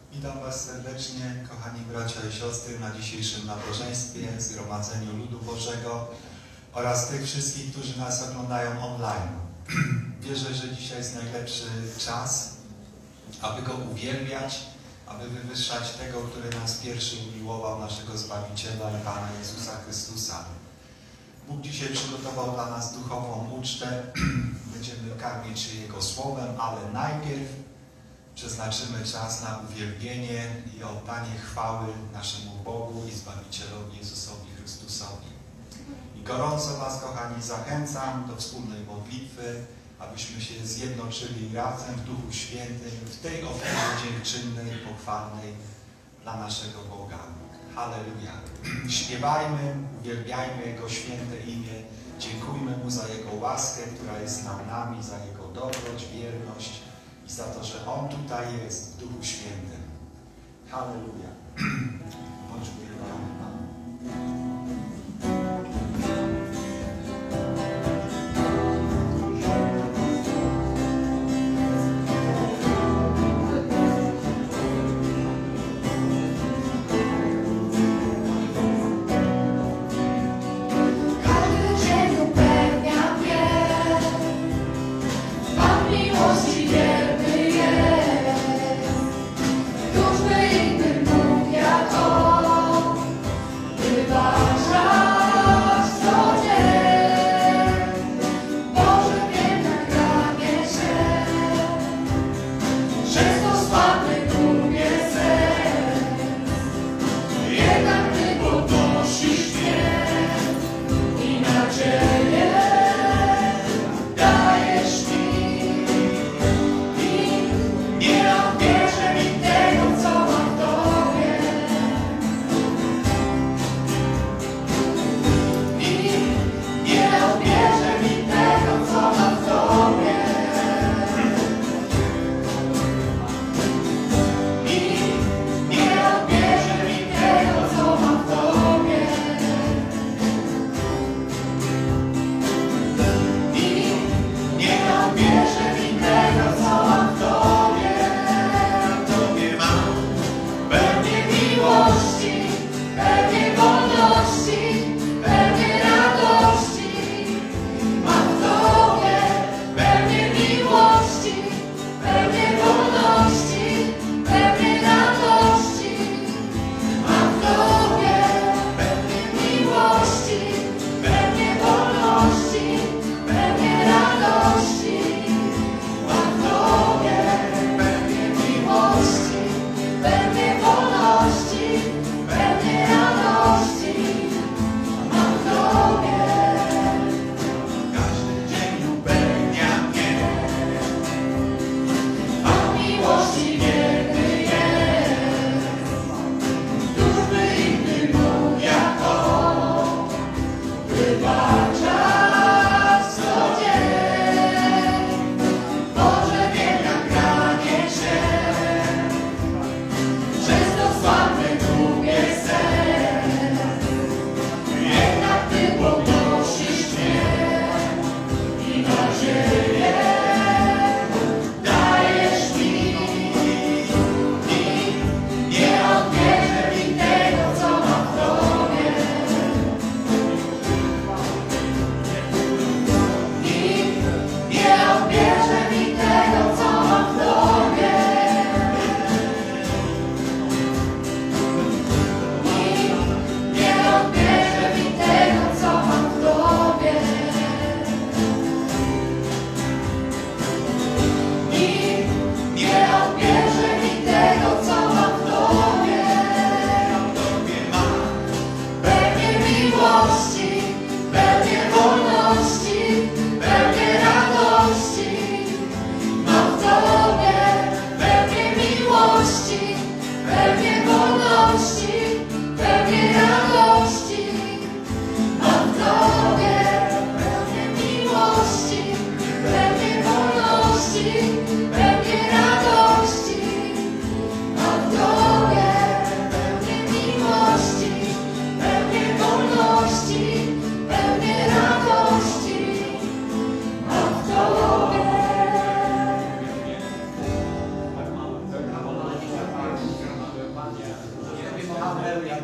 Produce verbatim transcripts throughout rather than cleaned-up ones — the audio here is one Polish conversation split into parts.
Witam Was serdecznie, kochani bracia i siostry, na dzisiejszym nabożeństwie, Zgromadzeniu Ludu Bożego oraz tych wszystkich, którzy nas oglądają online. Wierzę, że dzisiaj jest najlepszy czas, aby Go uwielbiać, aby wywyższać tego, który nas pierwszy umiłował, naszego Zbawiciela i Pana Jezusa Chrystusa. Bóg dzisiaj przygotował dla nas duchową ucztę. Będziemy karmić się Jego Słowem, ale najpierw przeznaczymy czas na uwielbienie i oddanie chwały naszemu Bogu i Zbawicielowi Jezusowi Chrystusowi. I gorąco Was, kochani, zachęcam do wspólnej modlitwy, abyśmy się zjednoczyli razem w Duchu Świętym, w tej ofierze dziękczynnej, pochwalnej dla naszego Boga. Halleluja. Śpiewajmy, uwielbiajmy Jego święte imię, dziękujmy Mu za Jego łaskę, która jest nad nami, za Jego dobroć, wierność i za to, że On tutaj jest w Duchu Świętym. Halleluja. Bądź uwielbiony Pan. Goodbye.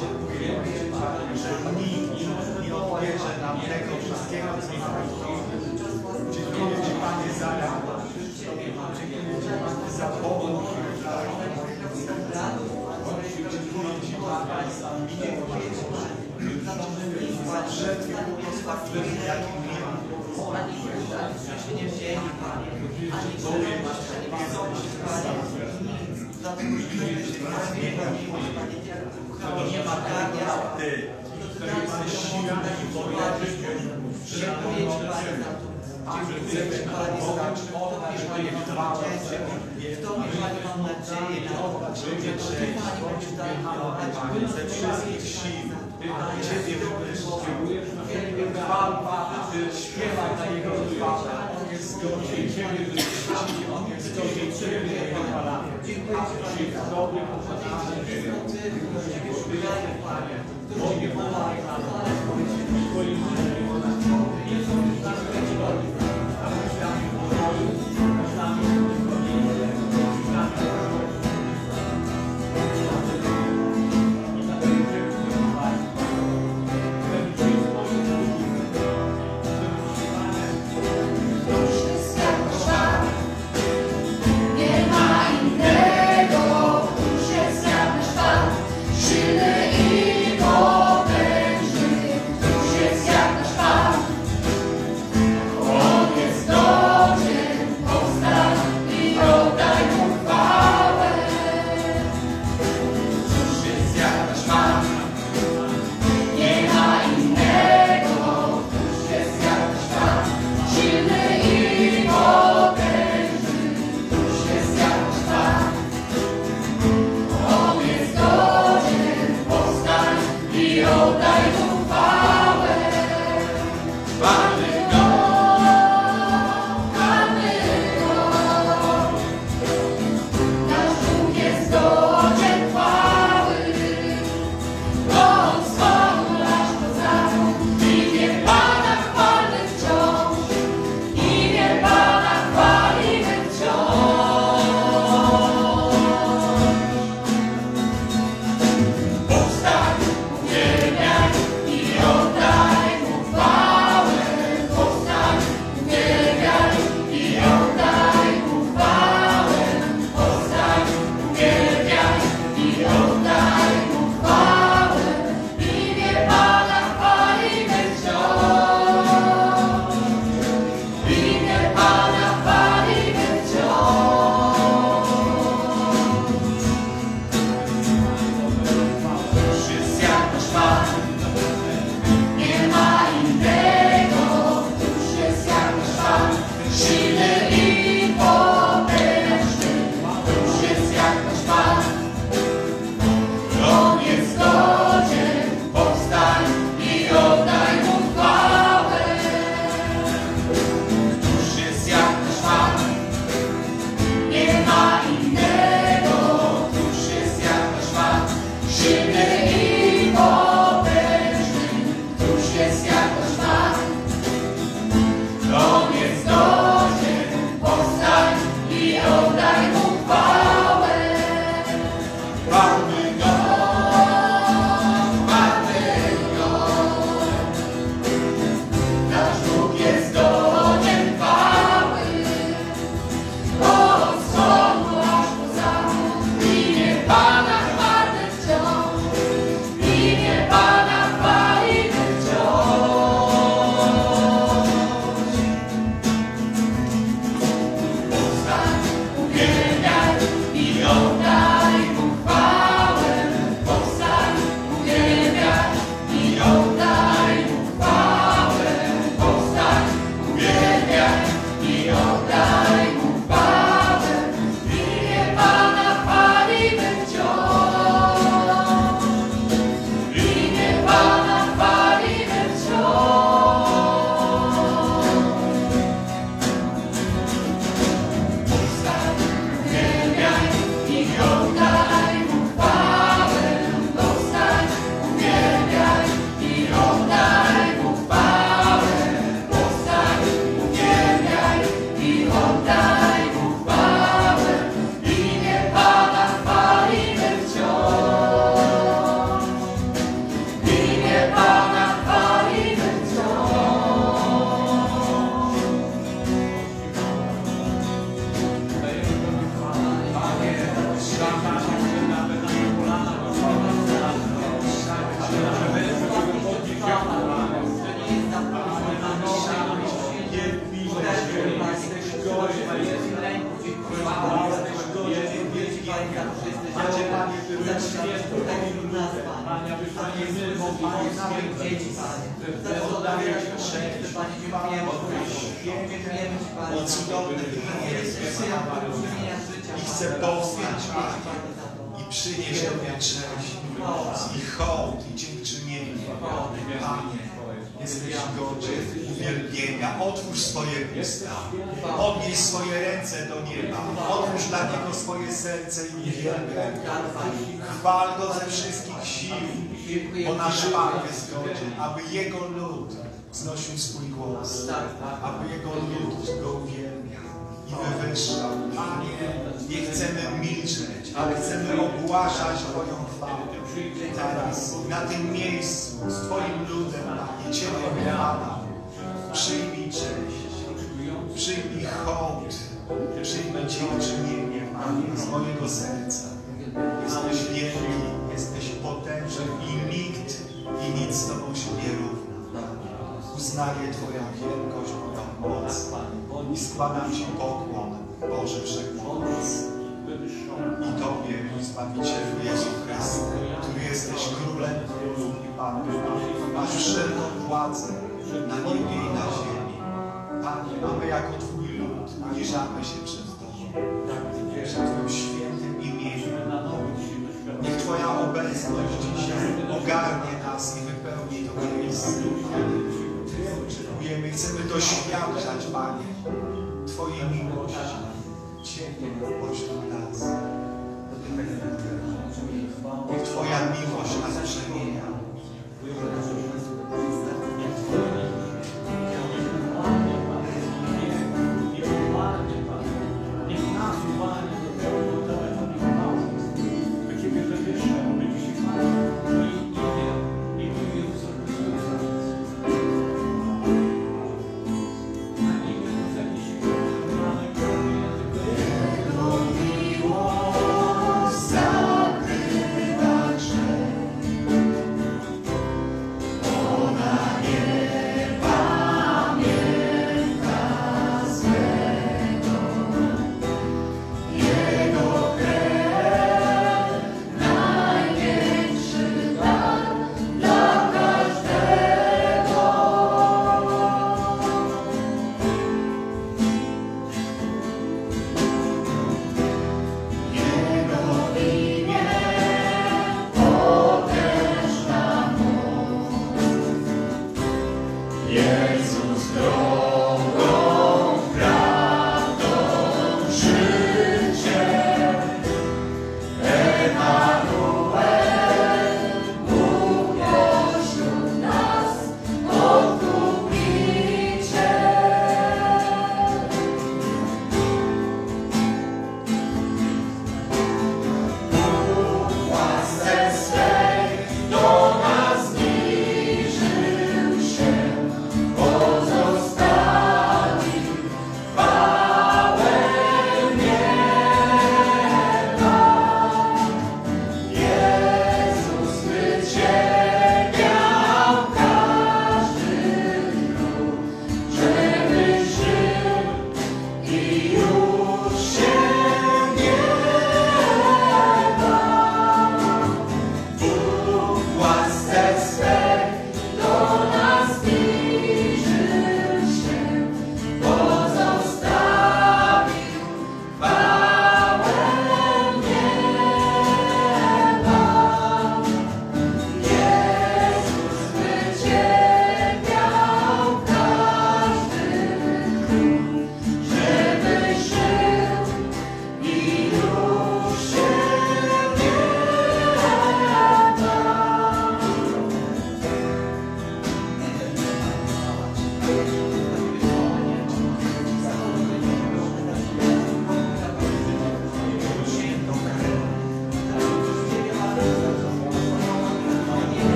dziękujemy Ci, Panie, że nikt nie odbierze nam tego wszystkiego, co nam jest. Dziękuję Ci, Panie, za radość. Dziękuję Ci, Panie, za pomoc. Dziękuję Ci, Panie, za miłość. Za wszelkie błogosławienie, jakie mieli. Myśmy nie wzięli, Panie, ani przerobić, ani wysokość, Panie. Dlatego, że Ty się Jego miłość, Panie, nie ma grania. Ty, który jesteś siłą i powiadomość. Dziękuję Ci, Panie, za to. Dziękuję Ci, Panie, za to. W Tobie, Panie, mam nadzieję. W Tobie, Panie, mam nadzieję na to, że Ty, Panie, będziesz dalej miłować. Ze wszystkich sił. Ciebie wywyższyłem. Chwal Pana, śpiewaj na Jego chwałę. On jest godzien Ciebie wywyższyć, On jest godzien Ciebie wychwalamy. Dziękuję Ci, Panie, za to. Dobry pokonany. Ciebie szukamy, Panie. Bogiem pomagaj nam. Twoim Nie ma innego, już jest jak nasz Pan, silny i potężny, już jest jak nasz za to, że jesteś Macie, dobry, Panie, za były to, że święto, tutaj wśród nas, Panie, Panie. abyś, A Panie, Ty my jesteś mogli Panie, być naszych święci, dzieci, Panie. że Za to oddaję oddawiasz Ci nam cześć. ręce, Panie, dziękujemy Ci, Panie. Dziękujemy Ci, Panie, O cudowny Ty jesteś synem promienia życia, I Panie. chcę powstać, Dziękuję Ci, Panie, Panie, za to. i przynieść Tobie cześć, i hołd, i dziękczynienie. Panie, jesteś godzien uwielbienia. Otwórz swoje usta, podnieś swoje ręce do nieba, otwórz dla Niego swoje serce i uwielbiaj. Tak, Panie. Chwal Go ze wszystkich sił, Dziękuję bo Ci, nasz Panie. Pan jest godzien, aby Jego lud wznosił swój głos, Tak, tak. aby Jego lud Go uwielbiał i wywyższał. Panie, nie chcemy milczeć, ale chcemy ogłaszać Twoją chwałę. Teraz, na tym miejscu, z Twoim ludem, Panie, Ciebie Pana, przyjmij cześć, przyjmij hołd, przyjmij dziękczynienie, Panie, z mojego serca. Jesteś wielki, jesteś potężny i nikt i nic z Tobą się nie równa. Uznaję Twoją wielkość, Twoją moc i składam Ci pokłon, Boże Wszechmogący. I Tobie, mój Zbawicielu Jezu Chryste, który jesteś Królem Królów i Panem Panów. Masz wszelką władzę na niebie i na ziemi. Panie, a my jako Twój lud uniżamy się przed Tobą, przed Twoim świętym imieniem. Niech Twoja obecność dzisiaj ogarnie nas i wypełni to miejsce. Oczekujemy, chcemy doświadczać, Panie, Twojej miłości, Ciebie pośród nas. Niech Twoja miłość nas przemienia. Jego miłość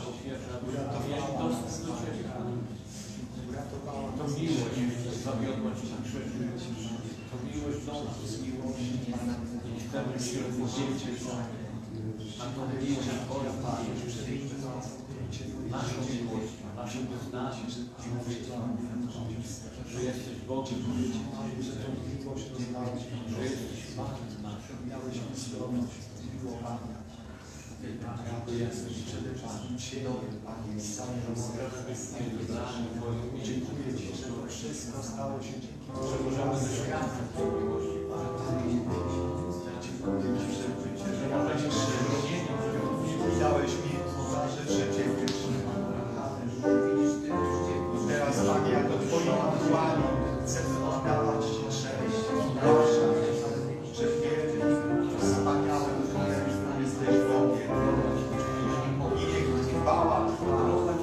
poświęca, to mieli dostęp do Ciebie. To miłość zawiodła Cię na krzyżu. To miłość do nas. I chcemy Ci odpowiedzieć na tą miłość Twoją, Panie. Naszą miłość, naszym wyznaniem. Że jesteś Bogiem, że jesteś Panem naszym. Ty jesteś przede wszystkim dobry, Panie, z całym dziękuję Ci, że to wszystko stało się dzięki Temu, że możemy doświadczyć tej miłości, Panie. Dziękuję Ci, że możemy przewrócić, że dałeś mi zdarzyć życie wieczne. Teraz, Panie, jako Twoim dłoni chcemy oddawać Ci cześć, proszę, że wielki, wspaniały jesteś Bogiem. I niech chwała Twa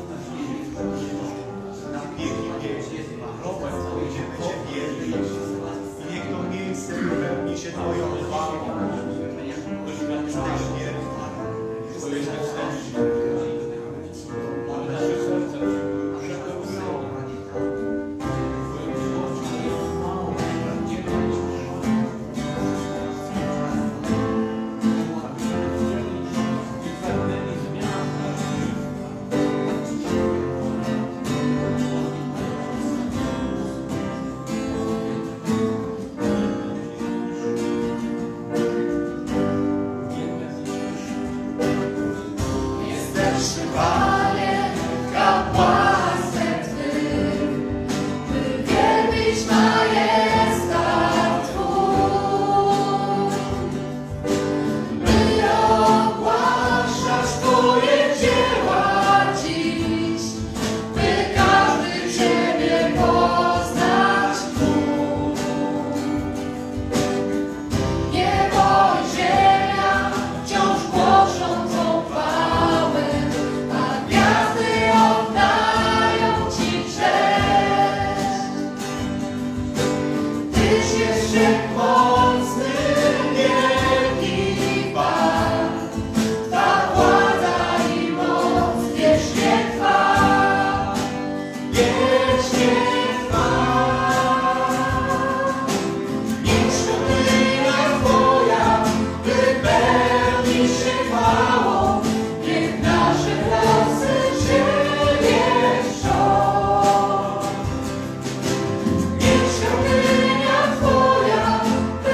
na wieki wieków. Będziemy Cię wielbić. I niech to miejsce wypełni się Twoją chwałą. Jesteś wielki. Jesteś wstępny. Ale nasze serce przepełnione Twoją miłością jest mało. Panie, kapłaństwem Twym, by wielbić majestat Twój, by ogłaszać Twoje dzieła dziś, by każdy Ciebie poznać mógł. Niebo i ziemia wciąż głoszą Twą chwałę, a gwiazdy oddają Ci cześć. Tyś jeszcze mocny, wielki Pan, Twa władza i moc wiecznie trwa, wiecznie trwa. Niech świątynia Twoja wypełni się chwałą, niech nasze głosy Ciebie czczą. Niech świątynia Twoja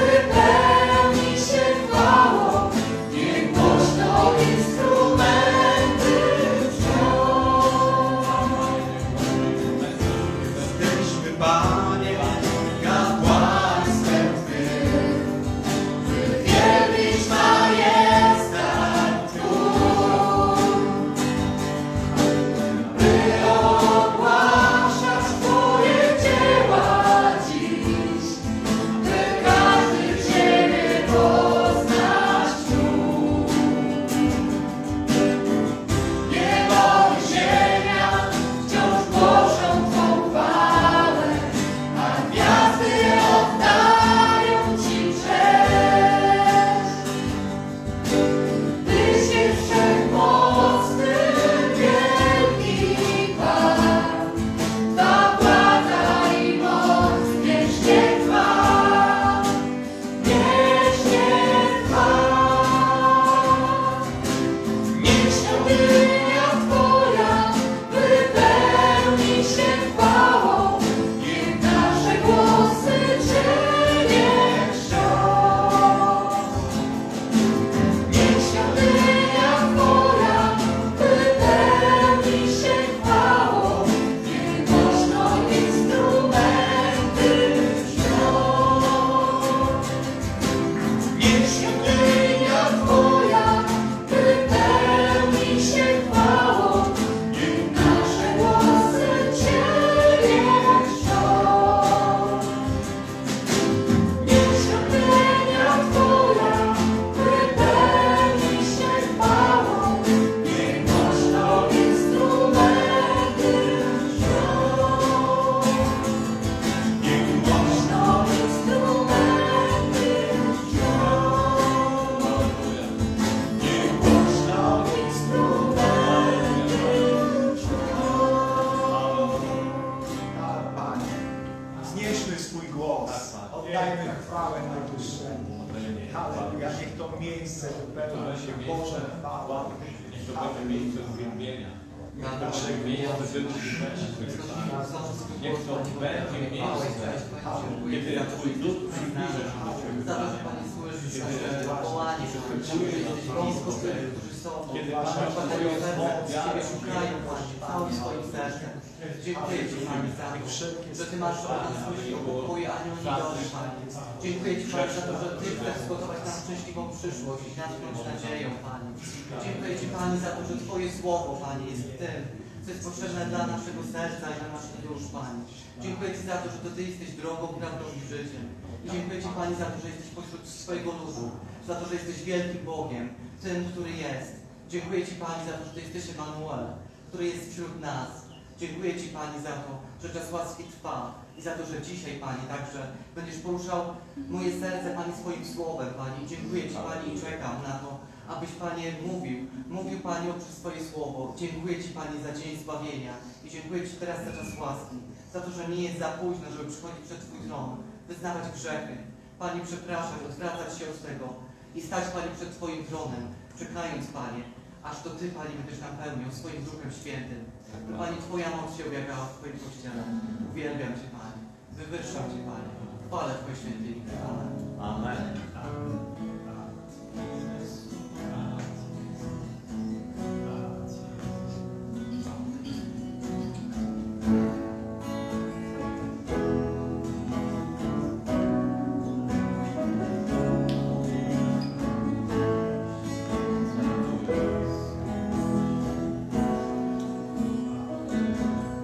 Oddajmy chwałę Najwyższemu. Halleluja, niech to miejsce wypełnia się Boże chwała. Niech to będzie miejsce uwielbienia. Nasze miejsce wywyższenia Twojego Pana. Niech to będzie miejsce, kiedy Twój lud przybliża się do Ciebie. Za to, że Panie słyszysz nasze wołanie, że jesteś blisko tych, którzy są, Kiedy Panie, Twoją Ciebie moc, Ciebie szukają, Panie, całym swoim sercem. Dziękuję Ci, Panie, za to, że Ty masz ogromny swój pokój, a nie oni Panie. Dziękuję Ci, Panie, za to, że Ty chcesz zgotować nam szczęśliwą przyszłość i natchnąć nadzieją, Panie. Dziękuję Ci, Panie, za to, że Twoje słowo, Panie, jest tym, co jest potrzebne dla naszego serca i dla naszych dusz, Panie. Dziękuję Ci za to, że to Ty jesteś drogą, prawdą i życiem. I dziękuję Ci, Panie, za to, że jesteś pośród swojego ludu, za to, że jesteś wielkim Bogiem, tym, który jest. Dziękuję Ci, Panie, za to, że Ty jesteś Emanuel, który jest wśród nas. Dziękuję Ci, Pani, za to, że czas łaski trwa i za to, że dzisiaj, Pani, także będziesz poruszał moje serce, Pani, swoim słowem, Pani. Dziękuję Ci, Pani, i czekam na to, abyś, Panie, mówił, mówił, Panie, przez Twoje słowo. Dziękuję Ci, Pani, za dzień zbawienia i dziękuję Ci teraz za czas łaski, za to, że nie jest za późno, żeby przychodzić przed Twój tron, wyznawać grzechy, Pani, przepraszać, odwracać się od tego i stać, Pani, przed Twoim tronem, czekając, Panie, aż to Ty, Pani, będziesz napełniał swoim Duchem Świętym. Pani, Twoja moc się objawiała w Twoim Kościele. Uwielbiam Cię, Panie. Wywyższam Cię, Panie. Chwalę Twoje święte imię. Amen. Amen.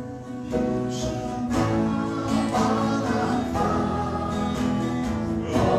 Oh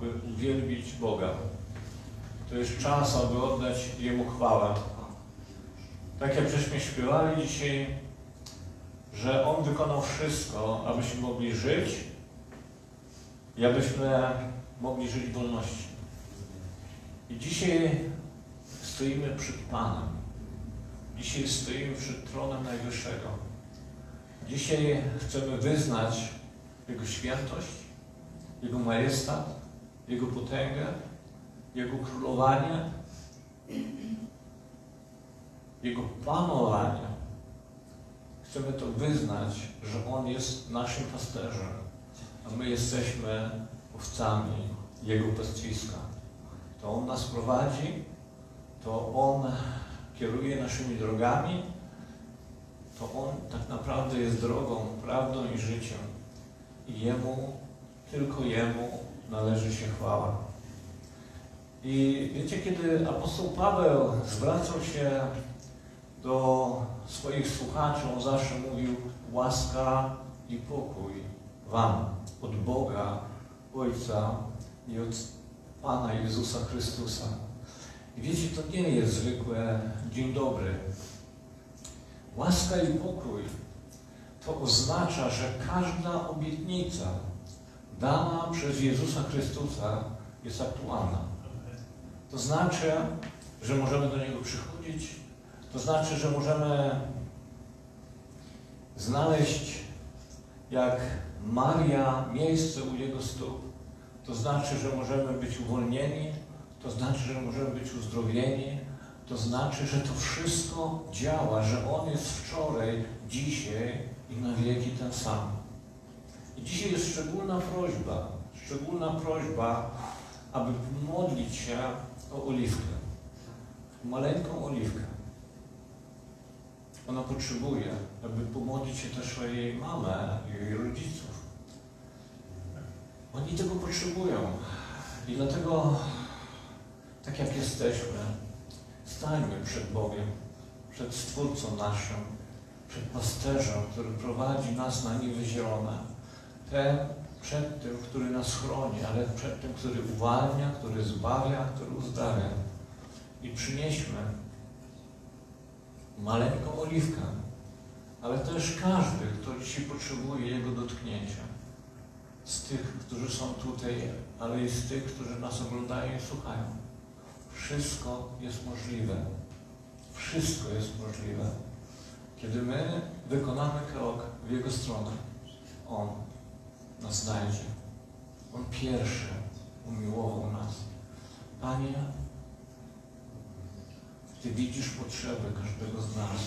aby uwielbić Boga. To jest czas, aby oddać Jemu chwałę. Tak jak żeśmy śpiewali dzisiaj, że On wykonał wszystko, abyśmy mogli żyć i abyśmy mogli żyć w wolności. I dzisiaj stoimy przed Panem. Dzisiaj stoimy przed tronem Najwyższego. Dzisiaj chcemy wyznać Jego świętość, Jego majestat, Jego potęgę, Jego królowanie, Jego panowanie. Chcemy to wyznać, że On jest naszym pasterzem, a my jesteśmy owcami Jego pastwiska. To On nas prowadzi, to On kieruje naszymi drogami, to On tak naprawdę jest drogą, prawdą i życiem. I Jemu, tylko Jemu należy się chwała. I wiecie, kiedy apostoł Paweł zwracał się do swoich słuchaczy, on zawsze mówił: łaska i pokój wam od Boga, Ojca i od Pana Jezusa Chrystusa. I wiecie, to nie jest zwykłe dzień dobry. Łaska i pokój to oznacza, że każda obietnica dana przez Jezusa Chrystusa jest aktualna. To znaczy, że możemy do Niego przychodzić, to znaczy, że możemy znaleźć, jak Maria, miejsce u Jego stóp. To znaczy, że możemy być uwolnieni, to znaczy, że możemy być uzdrowieni, to znaczy, że to wszystko działa, że On jest wczoraj, dzisiaj i na wieki ten sam. I dzisiaj jest szczególna prośba, szczególna prośba, aby modlić się o oliwkę, maleńką oliwkę. Ona potrzebuje, aby pomodlić się też o jej mamę i jej rodziców. Oni tego potrzebują. I dlatego, tak jak jesteśmy, stańmy przed Bogiem, przed Stwórcą naszym, przed pasterzem, który prowadzi nas na niwy zielone. Ten przed tym, który nas chroni, ale przed tym, który uwalnia, który zbawia, który uzdrawia. I przynieśmy maleńką oliwkę, ale też każdy, kto dzisiaj potrzebuje Jego dotknięcia. Z tych, którzy są tutaj, ale i z tych, którzy nas oglądają i słuchają. Wszystko jest możliwe. Wszystko jest możliwe. Kiedy my wykonamy krok w Jego stronę, On nas znajdzie. On pierwszy umiłował nas. Panie, Ty widzisz potrzeby każdego z nas.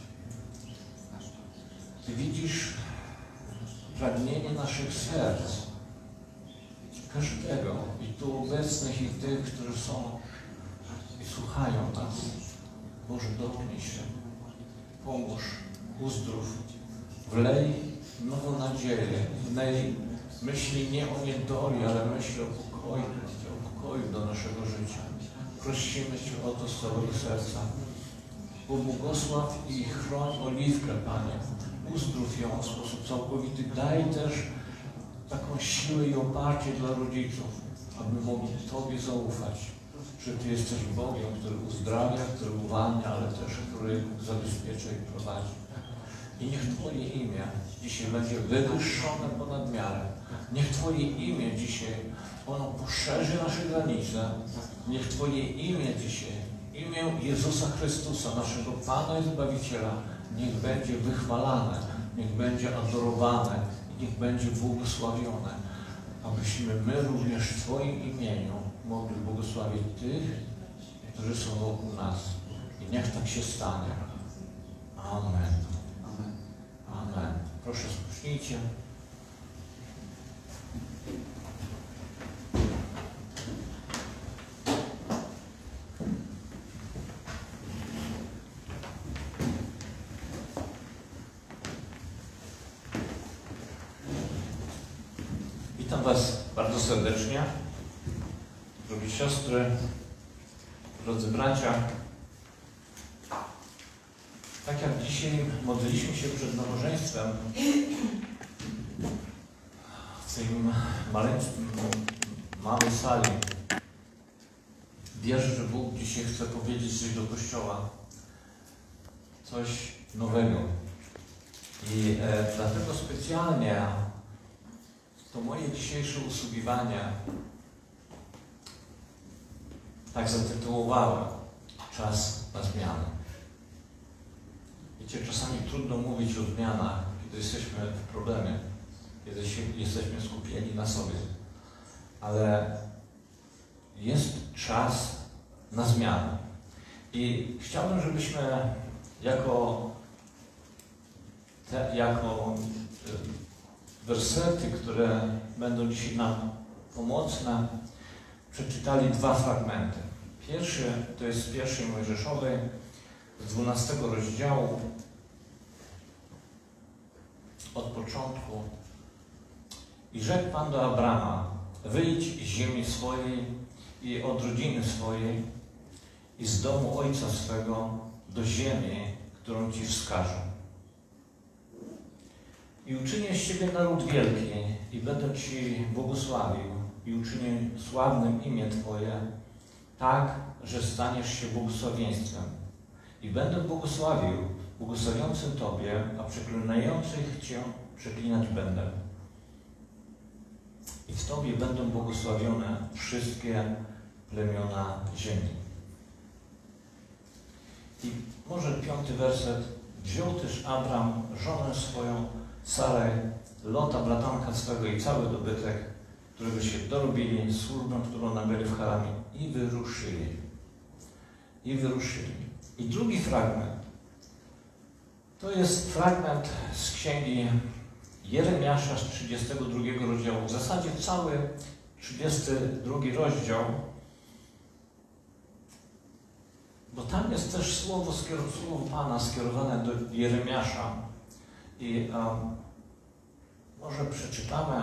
Ty widzisz pragnienie naszych serc. Każdego. I tu obecnych, i tych, którzy są i słuchają nas. Boże, dotknij się. Pomóż. Uzdrów. Wlej nową nadzieję. Wlej myśli nie o niedoli, ale myśli o pokoju. O pokoju do naszego życia. Prosimy Cię o to z całego serca. Pobłogosław i chroń oliwkę, Panie. Uzdrów ją w sposób całkowity. Daj też taką siłę i oparcie dla rodziców, aby mogli Tobie zaufać, że Ty jesteś Bogiem, który uzdrawia, który uwalnia, ale też który zabezpiecza i prowadzi. I niech Twoje imię dzisiaj będzie wywyższone ponad miarę. Niech Twoje imię dzisiaj, ono poszerzy nasze granice. Niech Twoje imię dzisiaj, imię Jezusa Chrystusa, naszego Pana i Zbawiciela, niech będzie wychwalane, niech będzie adorowane i niech będzie błogosławione, abyśmy my również w Twoim imieniu mogli błogosławić tych, którzy są wokół nas. I niech tak się stanie. Amen. Amen. Proszę, spocznijcie. Witam Was bardzo serdecznie, drogie siostry, drodzy bracia. Tak jak dzisiaj modliliśmy się przed nabożeństwem w tym maleńkim, małej sali. Wierzę, że Bóg dzisiaj chce powiedzieć coś do Kościoła. Coś nowego. I e, dlatego specjalnie to moje dzisiejsze usługiwanie tak zatytułowałem Czas na zmianę. Wiecie, czasami trudno mówić o zmianach, kiedy jesteśmy w problemie, kiedy się, jesteśmy skupieni na sobie. Ale jest czas na zmianę. I chciałbym, żebyśmy jako, te, jako wersety, które będą dzisiaj nam pomocne, przeczytali dwa fragmenty. Pierwszy to jest z pierwszej Mojżeszowej, z dwunastego rozdziału, od początku. I rzekł Pan do Abrama: wyjdź z ziemi swojej i od rodziny swojej i z domu ojca swego do ziemi, którą Ci wskażę. I uczynię z Ciebie naród wielki i będę Ci błogosławił i uczynię sławnym imię Twoje, tak, że staniesz się błogosławieństwem. I będę błogosławił błogosławiącym Tobie, a przeklinających Cię przeklinać będę. I w Tobie będą błogosławione wszystkie plemiona ziemi. I może piąty werset. Wziął też Abram żonę swoją, Sarę, Lota, bratanka swego i cały dobytek, którego się dorobili, służbę, którą nabyli w Haramie, i wyruszyli. I wyruszyli. I drugi fragment to jest fragment z księgi Jeremiasza z trzydziestego drugiego rozdziału. W zasadzie cały trzydziesty drugi rozdział, bo tam jest też słowo, słowo Pana skierowane do Jeremiasza. I um, może przeczytamy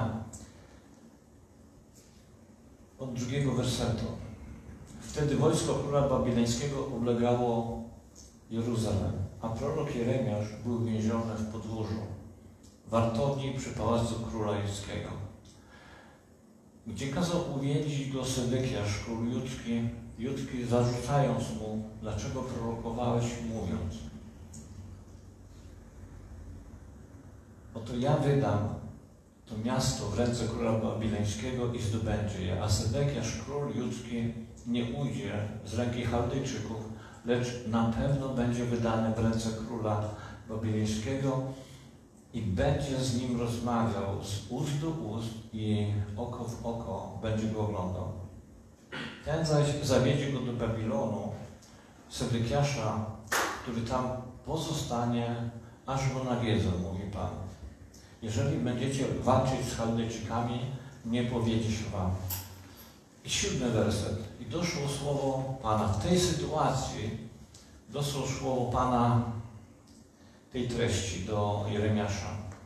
od drugiego wersetu. Wtedy wojsko króla babilońskiego oblegało Jeruzalem, a prorok Jeremiasz był więziony w podwórzu, wartowni przy pałacu króla judzkiego, gdzie kazał uwięzić go Sedekiasz, król judzki, judzki zarzucając mu, dlaczego prorokowałeś, mówiąc: oto ja wydam to miasto w ręce króla babilońskiego i zdobędzie je, a Sedekiasz, król judzki, nie ujdzie z ręki Chaldejczyków, lecz na pewno będzie wydany w ręce króla babilońskiego i będzie z nim rozmawiał z ust do ust i oko w oko będzie go oglądał. Ten zaś zawiedzie go do Babilonu, Sedekiasza, który tam pozostanie, aż go nawiedzą, mówi Pan. Jeżeli będziecie walczyć z Chaldejczykami, nie powiedzie się wam. I siódmy werset. I doszło słowo Pana. W tej sytuacji doszło słowo Pana tej treści do Jeremiasza.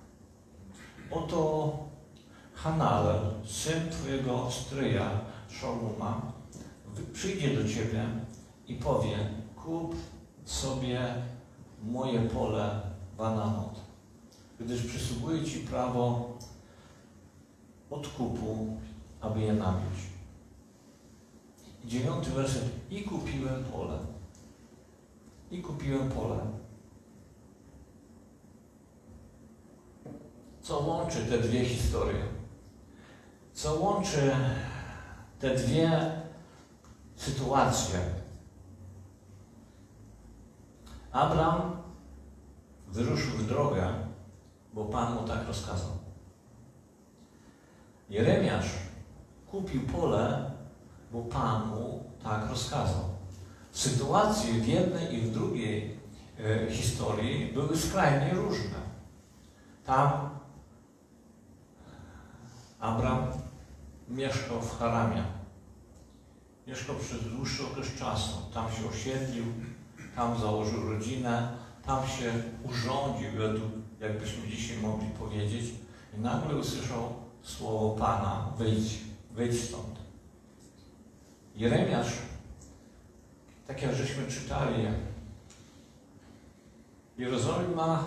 Oto Hanalel, syn twojego stryja, Szaluma, przyjdzie do ciebie i powie: kup sobie moje pole Bananot, gdyż przysługuje ci prawo odkupu, aby je nabyć. I dziewiąty werset. I kupiłem pole. I kupiłem pole. Co łączy te dwie historie? Co łączy te dwie sytuacje? Abram wyruszył w drogę, bo Pan mu tak rozkazał. Jeremiasz kupił pole, bo Pan mu tak rozkazał. Sytuacje w jednej i w drugiej e, historii były skrajnie różne. Tam Abram mieszkał w Haramie. Mieszkał przez dłuższy okres czasu. Tam się osiedlił, tam założył rodzinę, tam się urządził, jakbyśmy dzisiaj mogli powiedzieć. I nagle usłyszał słowo Pana: wyjdź, wyjdź stąd. Jeremiasz, tak jak żeśmy czytali, Jerozolima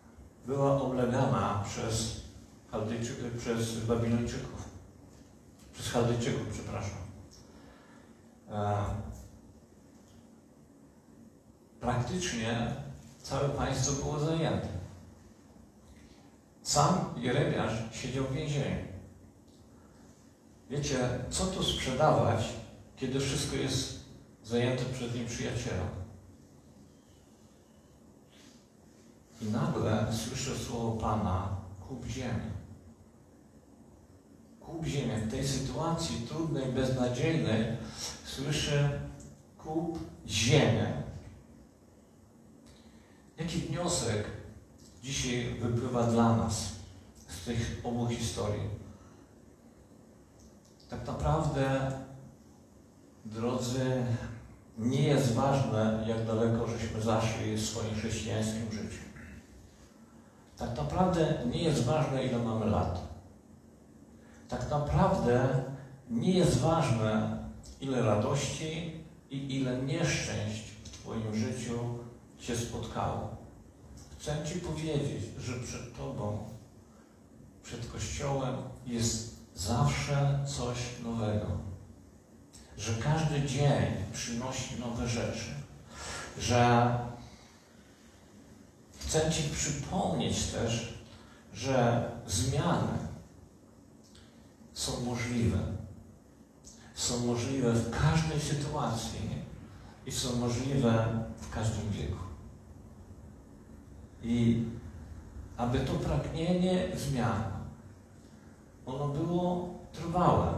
była oblegana przez Chaldejczyków, przez Babilończyków. przez Chaldejczyków, przepraszam. E, praktycznie całe państwo było zajęte. Sam Jeremiasz siedział w więzieniu. Wiecie, co tu sprzedawać, kiedy wszystko jest zajęte przez nieprzyjaciela? I nagle słyszę słowo Pana: kup ziemię. Kup ziemię. W tej sytuacji trudnej, beznadziejnej słyszę: kup ziemię. Jaki wniosek dzisiaj wypływa dla nas z tych obu historii? Tak naprawdę, drodzy, nie jest ważne, jak daleko żeśmy zaszli w swoim chrześcijańskim życiu. Tak naprawdę nie jest ważne, ile mamy lat. Tak naprawdę nie jest ważne, ile radości i ile nieszczęść w Twoim życiu Cię spotkało. Chcę Ci powiedzieć, że przed Tobą, przed Kościołem jest zawsze coś nowego. Że każdy dzień przynosi nowe rzeczy. Że chcę Ci przypomnieć też, że zmiany są możliwe. Są możliwe w każdej sytuacji i są możliwe w każdym wieku. I aby to pragnienie zmian, ono było trwałe.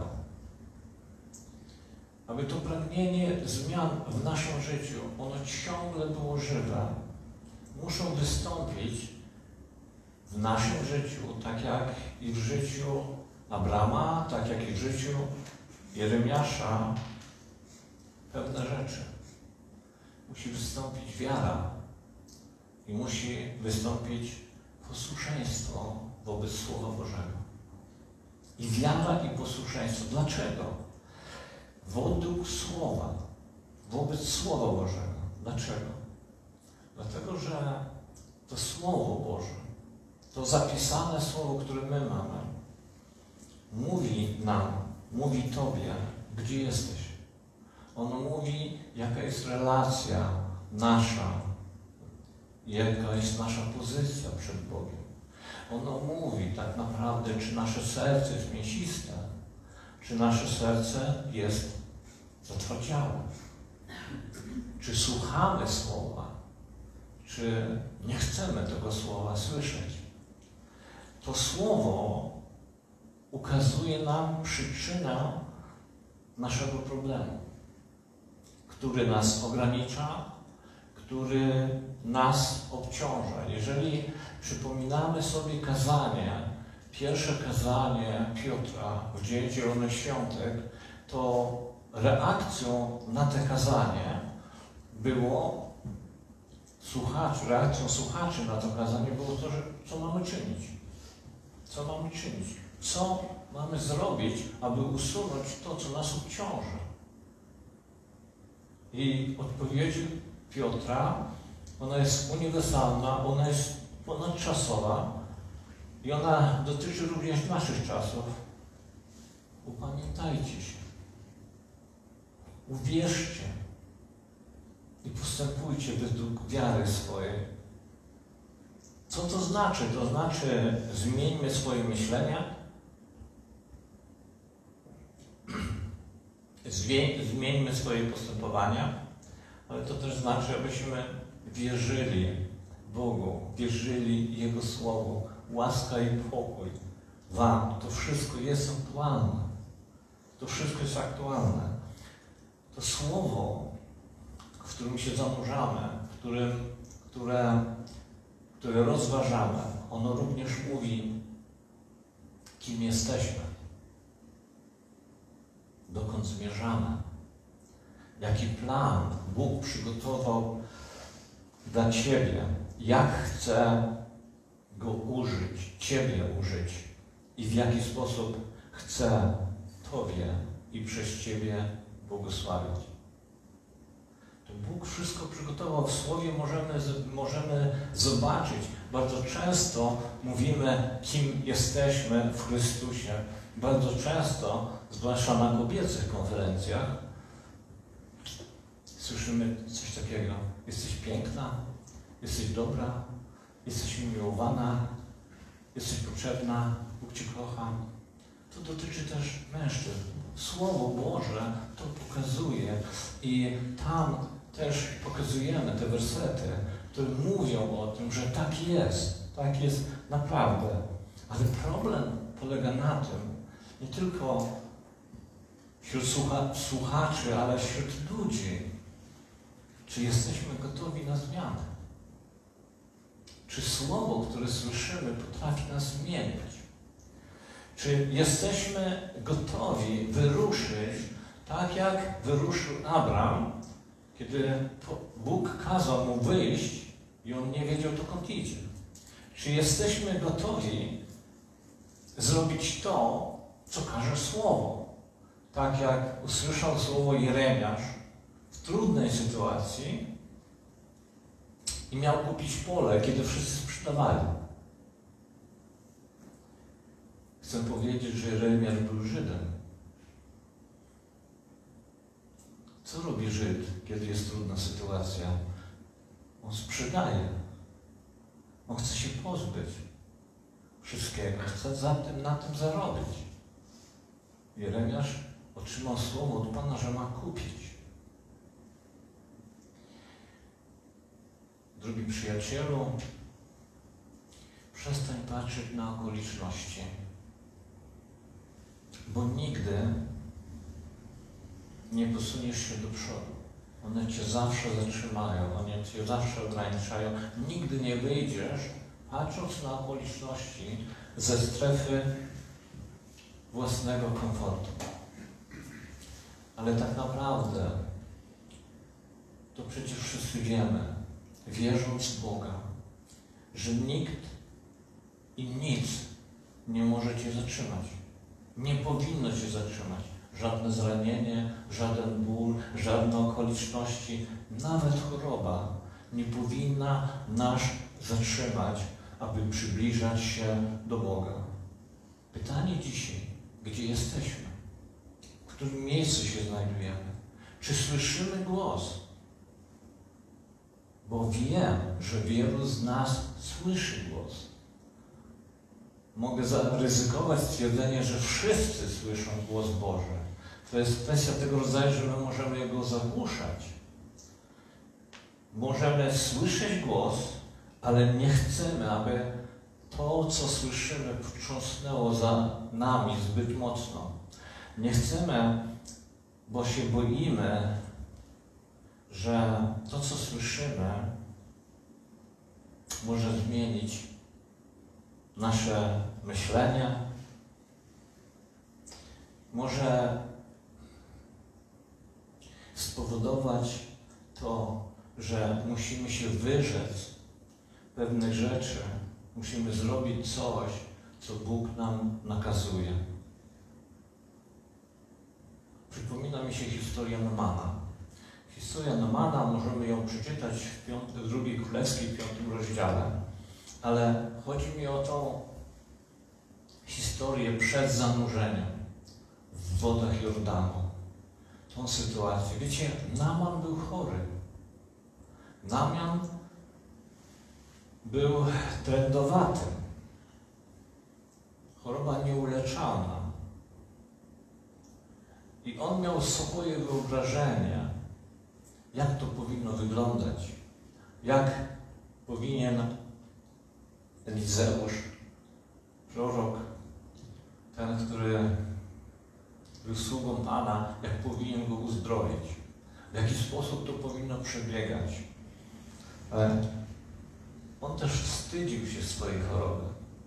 Aby to pragnienie zmian w naszym życiu, ono ciągle było żywe, muszą wystąpić w naszym życiu, tak jak i w życiu Abrama, tak jak i w życiu Jeremiasza, pewne rzeczy. Musi wystąpić wiara i musi wystąpić posłuszeństwo wobec Słowa Bożego. I wiara i posłuszeństwo. Dlaczego? Według Słowa, wobec Słowa Bożego. Dlaczego? Dlatego, że to Słowo Boże, to zapisane Słowo, które my mamy, mówi nam, mówi Tobie, gdzie jesteś. Ono mówi, jaka jest relacja nasza, jaka jest nasza pozycja przed Bogiem. Ono mówi tak naprawdę, czy nasze serce jest mięsiste, czy nasze serce jest zatwardziałe. Czy słuchamy Słowa, czy nie chcemy tego Słowa słyszeć. To Słowo ukazuje nam przyczynę naszego problemu, który nas ogranicza, który nas obciąża. Jeżeli przypominamy sobie kazanie, pierwsze kazanie Piotra w Dzień Zielonych Świątek, to reakcją na te kazanie było słuchaczy, reakcją słuchaczy na to kazanie było to, że co mamy czynić? Co mamy czynić? Co mamy zrobić, aby usunąć to, co nas obciąża? I odpowiedź Piotra, ona jest uniwersalna, ona jest ponadczasowa i ona dotyczy również naszych czasów. Upamiętajcie się. Uwierzcie i postępujcie według wiary swojej. Co to znaczy? To znaczy zmieńmy swoje myślenia, zmieńmy swoje postępowania, ale to też znaczy, abyśmy wierzyli Bogu, wierzyli Jego Słowu. Łaska i pokój Wam. To wszystko jest aktualne. To wszystko jest aktualne. To Słowo, w którym się zanurzamy, w którym, które, które rozważamy, ono również mówi, kim jesteśmy, dokąd zmierzamy, jaki plan Bóg przygotował dla Ciebie, jak chce Go użyć, Ciebie użyć i w jaki sposób chce Tobie i przez Ciebie błogosławić. To Bóg wszystko przygotował w Słowie, możemy, możemy zobaczyć. Bardzo często mówimy, kim jesteśmy w Chrystusie. Bardzo często, zwłaszcza na kobiecych konferencjach, słyszymy coś takiego. Jesteś piękna, jesteś dobra, jesteś umiłowana, jesteś potrzebna, Bóg Cię kocha. To dotyczy też mężczyzn. Słowo Boże to pokazuje i tam też pokazujemy te wersety, które mówią o tym, że tak jest, tak jest naprawdę. Ale problem polega na tym, nie tylko wśród słucha słuchaczy, ale wśród ludzi, czy jesteśmy gotowi na zmianę. Czy słowo, które słyszymy, potrafi nas zmieniać? Czy jesteśmy gotowi wyruszyć tak, jak wyruszył Abram, kiedy Bóg kazał mu wyjść i on nie wiedział, dokąd idzie? Czy jesteśmy gotowi zrobić to, co każe Słowo? Tak jak usłyszał słowo Jeremiasz w trudnej sytuacji i miał kupić pole, kiedy wszyscy sprzedawali. Chcę powiedzieć, że Jeremiasz był Żydem. Co robi Żyd, kiedy jest trudna sytuacja? On sprzedaje. On chce się pozbyć wszystkiego. Chce za tym, na tym zarobić. Jeremiasz otrzymał słowo od Pana, że ma kupić. Drogi przyjacielu, przestań patrzeć na okoliczności, bo nigdy nie posuniesz się do przodu. One Cię zawsze zatrzymają, one Cię zawsze ograniczają. Nigdy nie wyjdziesz, patrząc na okoliczności, ze strefy własnego komfortu. Ale tak naprawdę to przecież wszyscy wiemy, wierząc w Boga, że nikt i nic nie może Cię zatrzymać. Nie powinno Cię zatrzymać. Żadne zranienie, żaden ból, żadne okoliczności, nawet choroba nie powinna nas zatrzymać, aby przybliżać się do Boga. Pytanie dzisiaj, gdzie jesteśmy? W którym miejscu się znajdujemy? Czy słyszymy głos? Bo wiem, że wielu z nas słyszy głos. Mogę zaryzykować stwierdzenie, że wszyscy słyszą głos Boży. To jest kwestia tego rodzaju, że my możemy go zagłuszać. Możemy słyszeć głos, ale nie chcemy, aby to, co słyszymy, wstrząsnęło za nami zbyt mocno. Nie chcemy, bo się boimy, że to, co słyszymy, może zmienić nasze myślenie, może spowodować to, że musimy się wyrzec pewnych rzeczy, musimy zrobić coś, co Bóg nam nakazuje. Przypomina mi się historia Naamana. Historia Naamana, możemy ją przeczytać w, piąty, w drugiej Królewskiej, w piątym rozdziale, ale chodzi mi o tą historię przed zanurzeniem w wodach Jordanu. Tą sytuację. Wiecie, Naaman był chory. Naaman był trędowatym. Choroba nieuleczalna. I on miał swoje wyobrażenie, jak to powinno wyglądać. Jak powinien Elizeusz, prorok, ten, który był sługą Pana, jak powinien go uzdrowić. W jaki sposób to powinno przebiegać. Ale on też wstydził się swojej choroby.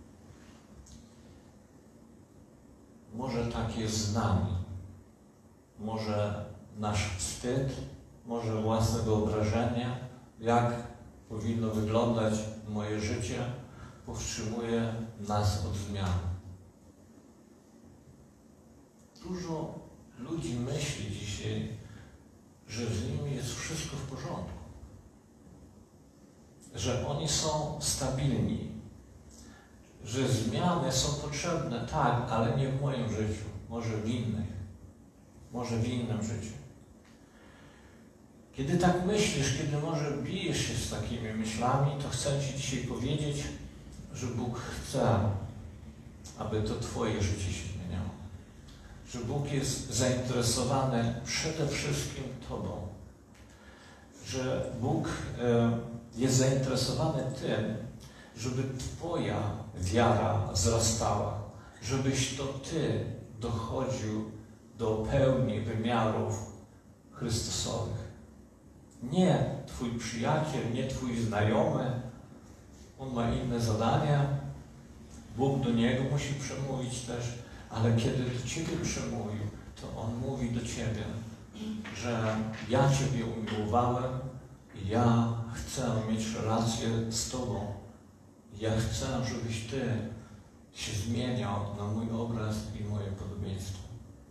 Może tak jest z nami. Może nasz wstyd, może własne wyobrażenie, jak powinno wyglądać moje życie, powstrzymuje nas od zmiany. Dużo ludzi myśli dzisiaj, że z nimi jest wszystko w porządku. są stabilni, że zmiany są potrzebne, tak, ale nie w moim życiu, może w innych, może w innym życiu. Kiedy tak myślisz, kiedy może bijesz się z takimi myślami, to chcę Ci dzisiaj powiedzieć, że Bóg chce, aby to Twoje życie się zmieniało. Że Bóg jest zainteresowany przede wszystkim Tobą. Że Bóg jest zainteresowany tym, żeby Twoja wiara wzrastała. Żebyś to Ty dochodził do pełni wymiarów Chrystusowych. Nie Twój przyjaciel, nie Twój znajomy. On ma inne zadania. Bóg do niego musi przemówić też, ale kiedy do Ciebie przemówił, to On mówi do Ciebie, że ja Ciebie umiłowałem i ja chcę mieć relację z Tobą. Ja chcę, żebyś Ty się zmieniał na mój obraz i moje podobieństwo.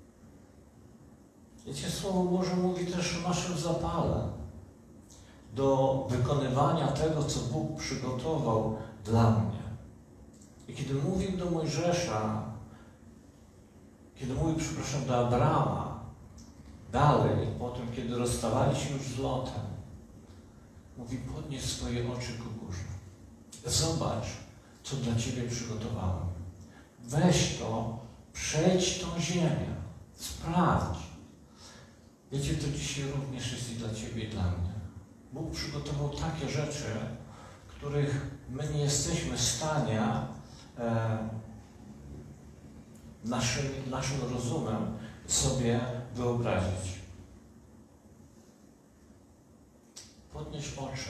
Wiecie, Słowo Boże mówi też o naszym zapale do wykonywania tego, co Bóg przygotował dla mnie. I kiedy mówił do Mojżesza, kiedy mówił, przepraszam, do Abrama, dalej, potem, kiedy rozstawali się już z Lotem, mówi, podnieś swoje oczy ku górze. Zobacz, co dla Ciebie przygotowałem. Weź to, przejdź tą ziemię, sprawdź. Wiecie, to dzisiaj również jest i dla Ciebie, i dla mnie. Bóg przygotował takie rzeczy, których my nie jesteśmy w stanie e, naszym, naszym rozumem sobie wyobrazić. Podnieś oczy,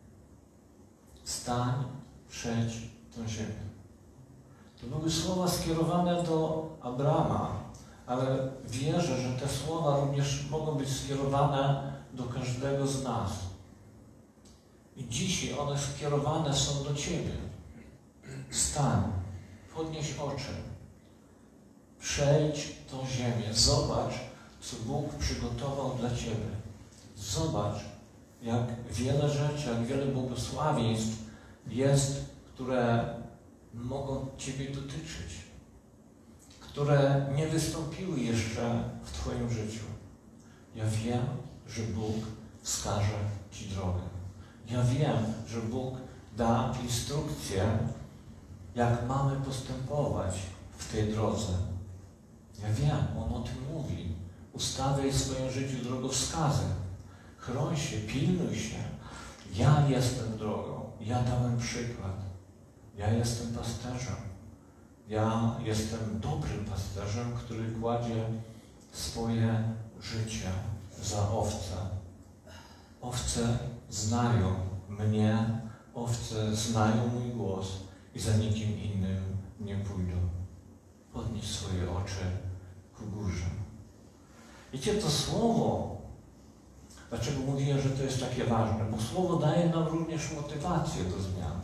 stań, przejdź tę ziemię. To były słowa skierowane do Abrama, ale wierzę, że te słowa również mogą być skierowane do każdego z nas. I dzisiaj one skierowane są do Ciebie. Stań, podnieś oczy, przejdź tą ziemię, zobacz, co Bóg przygotował dla Ciebie. Zobacz, jak wiele rzeczy, jak wiele błogosławieństw jest, które mogą Ciebie dotyczyć, które nie wystąpiły jeszcze w Twoim życiu. Ja wiem, że Bóg wskaże Ci drogę. Ja wiem, że Bóg da instrukcję, jak mamy postępować w tej drodze. Ja wiem, On o tym mówi. Ustawiaj w swoim życiu drogowskazem. Chroń się, pilnuj się. Ja jestem drogą. Ja dałem przykład. Ja jestem pasterzem. Ja jestem dobrym pasterzem, który kładzie swoje życie za owce. Owce znają mnie, owce znają mój głos i za nikim innym nie pójdą. Podnieś swoje oczy ku górze. Wiecie, to słowo, dlaczego mówię, że to jest takie ważne? Bo słowo daje nam również motywację do zmiany.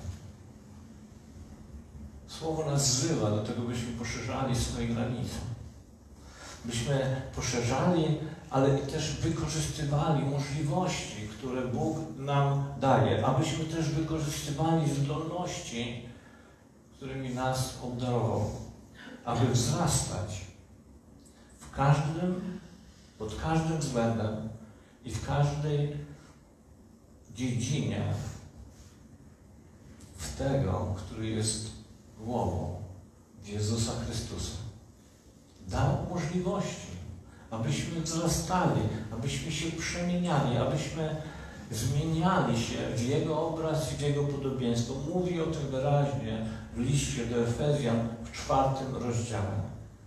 Słowo nas wzywa do tego, byśmy poszerzali swoje granice. Byśmy poszerzali, ale też wykorzystywali możliwości, które Bóg nam daje. Abyśmy też wykorzystywali zdolności, którymi nas obdarował. Aby wzrastać w każdym, pod każdym względem i w każdej dziedzinie w tego, który jest głową, w Jezusa Chrystusa. Dał możliwości, abyśmy wzrastali, abyśmy się przemieniali, abyśmy zmieniali się w Jego obraz i w Jego podobieństwo. Mówi o tym wyraźnie w liście do Efezjan w czwartym rozdziale.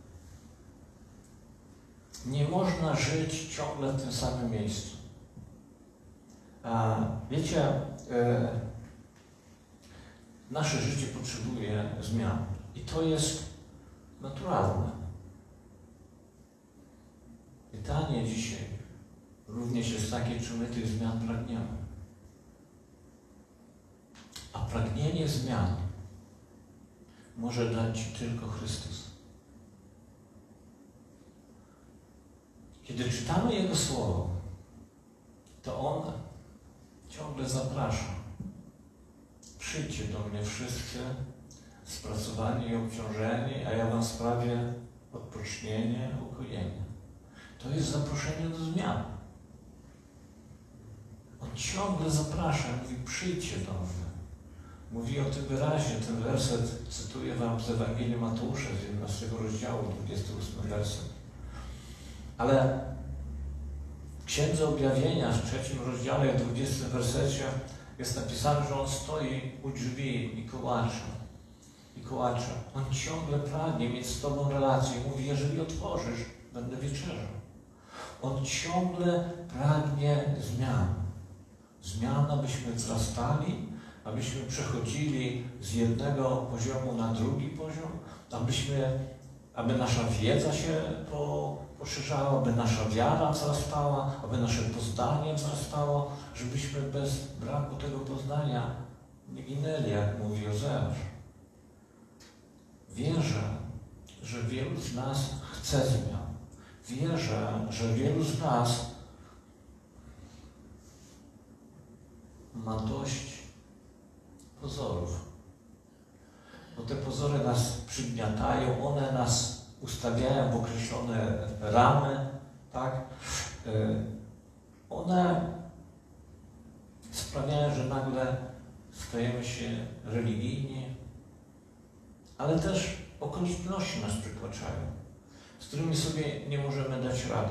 Nie można żyć ciągle w tym samym miejscu. A wiecie, e, nasze życie potrzebuje zmian. I to jest naturalne. Pytanie dzisiaj również jest takie, czy my tych zmian pragniemy. A pragnienie zmian może dać Ci tylko Chrystus. Kiedy czytamy Jego Słowo, to On ciągle zaprasza. przyjdźcie do mnie wszyscy spracowani i obciążeni, a ja wam sprawię odpocznienie, ukojenie. To jest zaproszenie do zmian. On ciągle zaprasza, mówi przyjdźcie do mnie. Mówi o tym wyraźnie, ten werset cytuję wam z Ewangelii Mateusza z jedenastego rozdziału, dwudziestego ósmego werset. Ale w Księdze Objawienia w trzecim rozdziale, dwudziestym wersecie jest napisane, że On stoi u drzwi i kołacze. I kołacze. On ciągle pragnie mieć z Tobą relację. Mówi, jeżeli otworzysz, będę wieczerzał. On ciągle pragnie zmian. Zmian, abyśmy wzrastali, abyśmy przechodzili z jednego poziomu na drugi poziom, abyśmy, aby nasza wiedza się po, poszerzała, aby nasza wiara wzrastała, aby nasze poznanie wzrastało, żebyśmy bez braku tego poznania nie ginęli, jak mówi Ozeasz. Wierzę, że wielu z nas chce zmian. Wierzę, że wielu z nas ma dość pozorów. Bo te pozory nas przygniatają, one nas ustawiają w określone ramy, tak? One sprawiają, że nagle stajemy się religijni, ale też okoliczności nas przytłaczają, z którymi sobie nie możemy dać rady.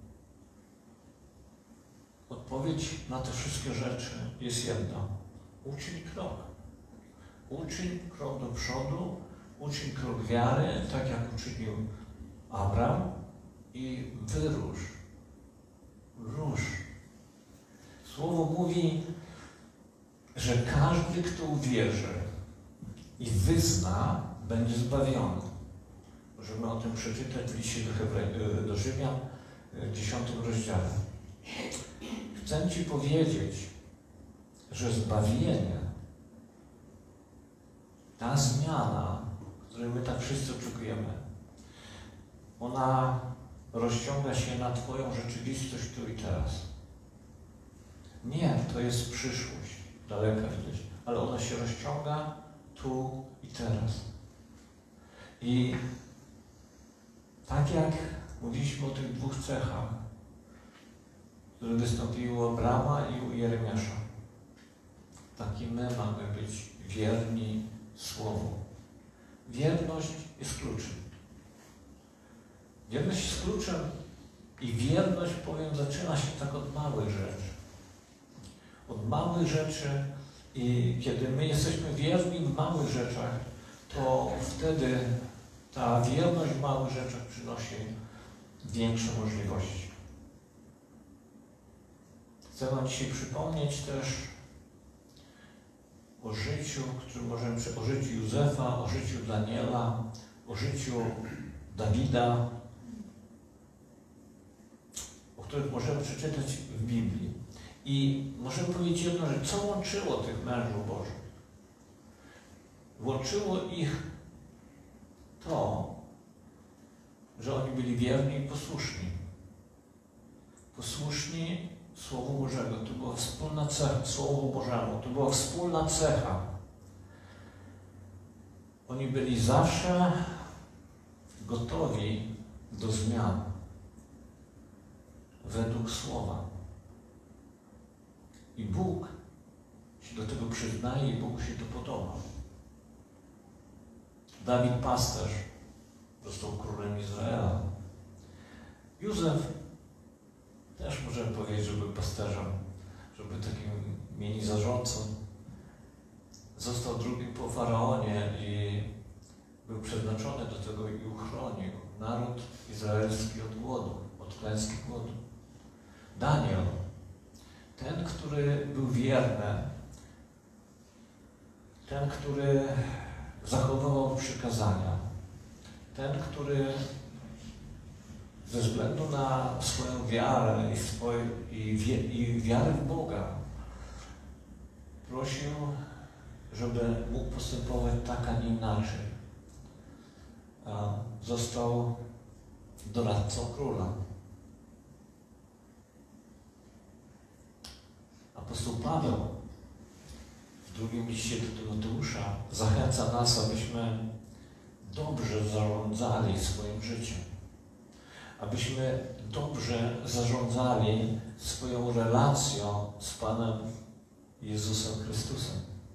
Odpowiedź na te wszystkie rzeczy jest jedna. Uczyń krok. Uczyń krok do przodu, uczyń krok wiary, tak jak uczynił Abraham i wyrusz. Rusz. Słowo mówi, że każdy, kto uwierzy i wyzna, będzie zbawiony. Możemy o tym przeczytać w liście do, Hebra- do Rzymian w dziesiątym rozdziale. Chcę Ci powiedzieć, że zbawienie, ta zmiana, której my tak wszyscy oczekujemy, ona rozciąga się na Twoją rzeczywistość tu i teraz. Nie, to jest przyszłość, daleka gdzieś, ale ona się rozciąga tu i teraz. I tak jak mówiliśmy o tych dwóch cechach, które wystąpiły u Abrama i u Jeremiasza, tak i my mamy być wierni Słowu. Wierność jest kluczem. Wierność jest kluczem i wierność, powiem, zaczyna się tak od małych rzeczy. Od małych rzeczy i kiedy my jesteśmy wierni w małych rzeczach, to wtedy ta wierność w małych rzeczach przynosi większe możliwości. Chcę Wam dzisiaj przypomnieć też o życiu, którym możemy, o życiu Józefa, o życiu Daniela, o życiu Dawida, o których możemy przeczytać w Biblii. I możemy powiedzieć jedno, że co łączyło tych mężów Bożych? Łączyło ich to, że oni byli wierni i posłuszni. Posłuszni Słowu Bożego. To była wspólna cecha, Słowu Bożemu. To była wspólna cecha. Oni byli zawsze gotowi do zmian według Słowa. I Bóg się do tego przyznaje i Bogu się to podoba. Dawid pasterz został królem Izraela. Józef też możemy powiedzieć, że był pasterzem, że był takim mini zarządcą. Został drugim po faraonie i był przeznaczony do tego i uchronił naród izraelski od głodu, od klęski głodu. Daniel, ten, który był wierny, ten, który zachowywał przykazania, ten, który ze względu na swoją wiarę i, swoje, i, wie, i wiarę w Boga prosił, żeby mógł postępować tak, a nie inaczej. A został doradcą króla. Apostoł Paweł w drugim liście do Tymoteusza zachęca nas, abyśmy dobrze zarządzali swoim życiem. Abyśmy dobrze zarządzali swoją relacją z Panem Jezusem Chrystusem.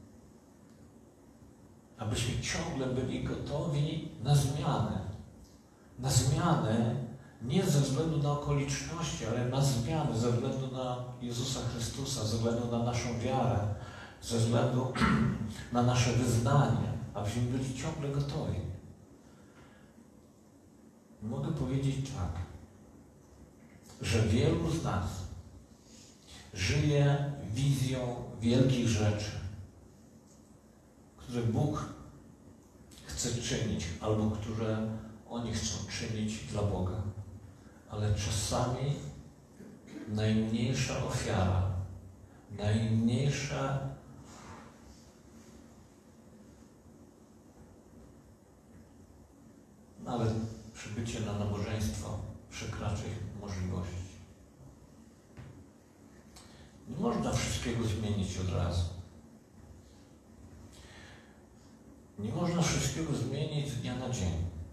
Abyśmy ciągle byli gotowi na zmiany. Na zmiany nie ze względu na okoliczności, ale na zmiany ze względu na Jezusa Chrystusa, ze względu na naszą wiarę, ze względu na nasze wyznanie, abyśmy byli ciągle gotowi. Mogę powiedzieć tak, że wielu z nas żyje wizją wielkich rzeczy, które Bóg chce czynić, albo które oni chcą czynić dla Boga. Ale czasami najmniejsza ofiara, najmniejsza nawet przybycie na nabożeństwo przekracza ich możliwości. Nie można wszystkiego zmienić od razu. Nie można wszystkiego zmienić z dnia na dzień.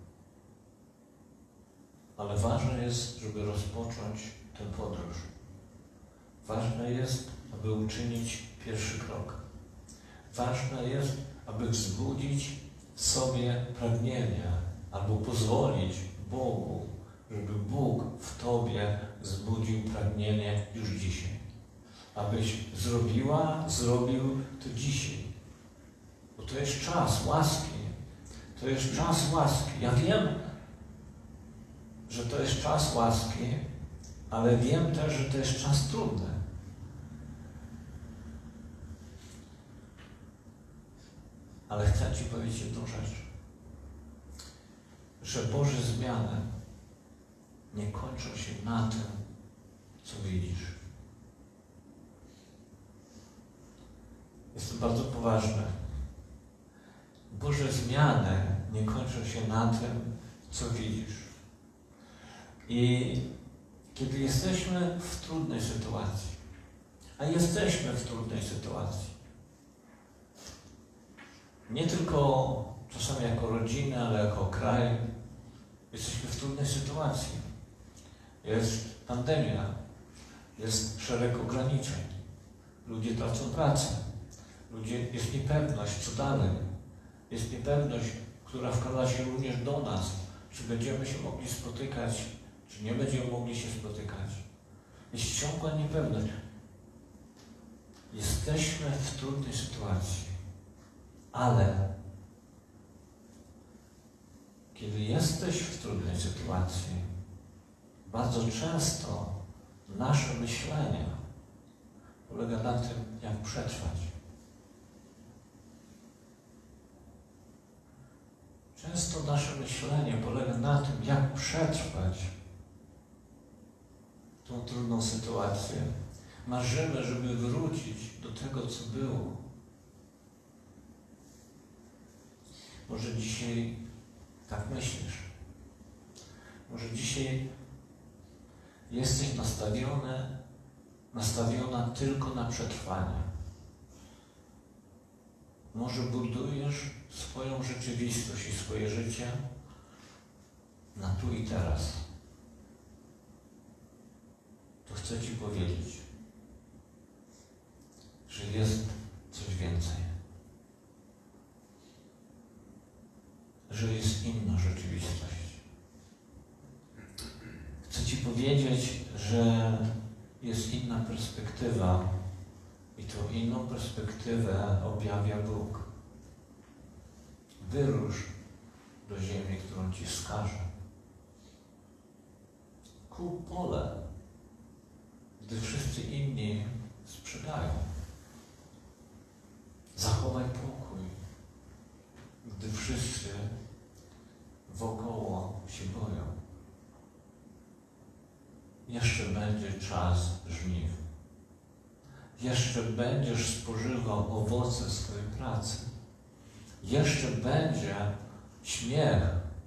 Ale ważne jest, żeby rozpocząć tę podróż. Ważne jest, aby uczynić pierwszy krok. Ważne jest, aby wzbudzić sobie pragnienie, albo pozwolić Bogu, żeby Bóg w Tobie wzbudził pragnienie już dzisiaj. Abyś zrobiła, zrobił to dzisiaj. Bo to jest czas łaski. To jest czas łaski. Ja wiem, że to jest czas łaski, ale wiem też, że to jest czas trudny. Ale chcę Ci powiedzieć jedną rzecz. Że Boże zmiany nie kończą się na tym, co widzisz. Jest to bardzo poważne. Boże zmiany nie kończą się na tym, co widzisz. I kiedy jesteśmy w trudnej sytuacji, a jesteśmy w trudnej sytuacji, nie tylko czasami jako rodzina, ale jako kraj, jesteśmy w trudnej sytuacji. Jest pandemia, jest szereg ograniczeń, ludzie tracą pracę, ludzie, jest niepewność, co dalej. Jest niepewność, która wkłada się również do nas, czy będziemy się mogli spotykać, czy nie będziemy mogli się spotykać. Jest ciągła niepewność. Jesteśmy w trudnej sytuacji, ale kiedy jesteś w trudnej sytuacji, bardzo często nasze myślenie polega na tym, jak przetrwać. Często nasze myślenie polega na tym, jak przetrwać tą trudną sytuację. Marzymy, żeby wrócić do tego, co było. Może dzisiaj tak myślisz. Może dzisiaj jesteś nastawiony, nastawiona tylko na przetrwanie. Może budujesz swoją rzeczywistość i swoje życie na tu i teraz. To chcę Ci powiedzieć, że jest coś więcej. Że jest inna rzeczywistość. Chcę Ci powiedzieć, że jest inna perspektywa i tą inną perspektywę objawia Bóg. Wyrusz do ziemi, którą Ci wskaże. Kup pole, gdy wszyscy inni sprzedają. Zachowaj pokój, gdy wszyscy wokoło się boją. Jeszcze będzie czas żniw. Jeszcze będziesz spożywał owoce swojej pracy. Jeszcze będzie śmiech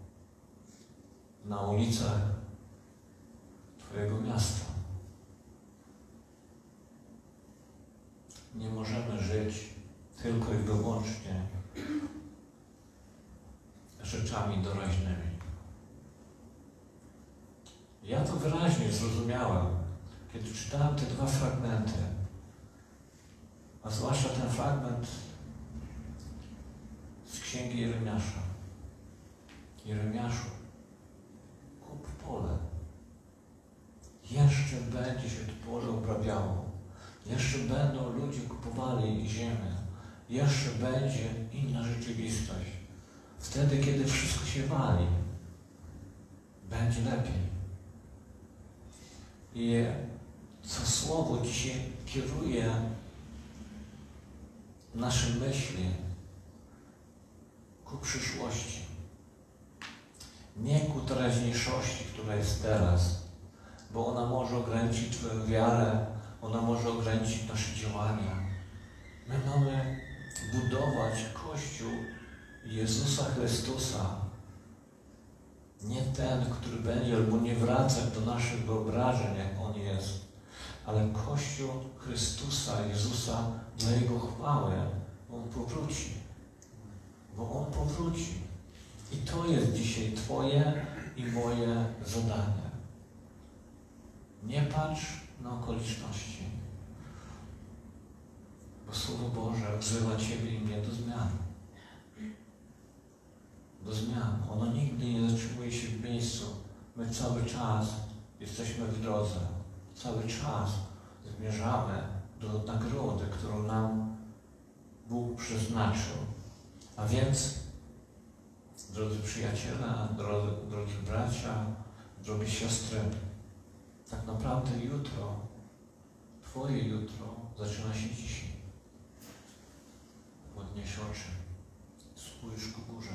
na ulicach Twojego miasta. Nie możemy żyć tylko i wyłącznie rzeczami doraźnymi. Ja to wyraźnie zrozumiałem, kiedy czytałem te dwa fragmenty, a zwłaszcza ten fragment z Księgi Jeremiasza. Jeremiaszu, kup pole. Jeszcze będzie się to pole uprawiało. Jeszcze będą ludzie kupowali ziemię. Jeszcze będzie inna rzeczywistość. Wtedy, kiedy wszystko się wali, będzie lepiej. I co słowo dzisiaj kieruje nasze myśli ku przyszłości. Nie ku teraźniejszości, która jest teraz, bo ona może ograniczyć Twoją wiarę, ona może ograniczyć nasze działania. My mamy budować Kościół Jezusa Chrystusa, nie ten, który będzie albo nie wracać do naszych wyobrażeń, jak On jest, ale Kościół Chrystusa, Jezusa dla Jego chwały. On powróci, bo On powróci. I to jest dzisiaj Twoje i moje zadanie. Nie patrz na okoliczności, bo Słowo Boże wzywa Ciebie i mnie do zmian. Do zmian. Ono nigdy nie zatrzymuje się w miejscu. My cały czas jesteśmy w drodze. Cały czas zmierzamy do nagrody, którą nam Bóg przeznaczył. A więc, drodzy przyjaciele, drodzy, drodzy bracia, drogie siostry, tak naprawdę jutro, Twoje jutro zaczyna się dzisiaj. Podnieś oczy, spójrz ku górze.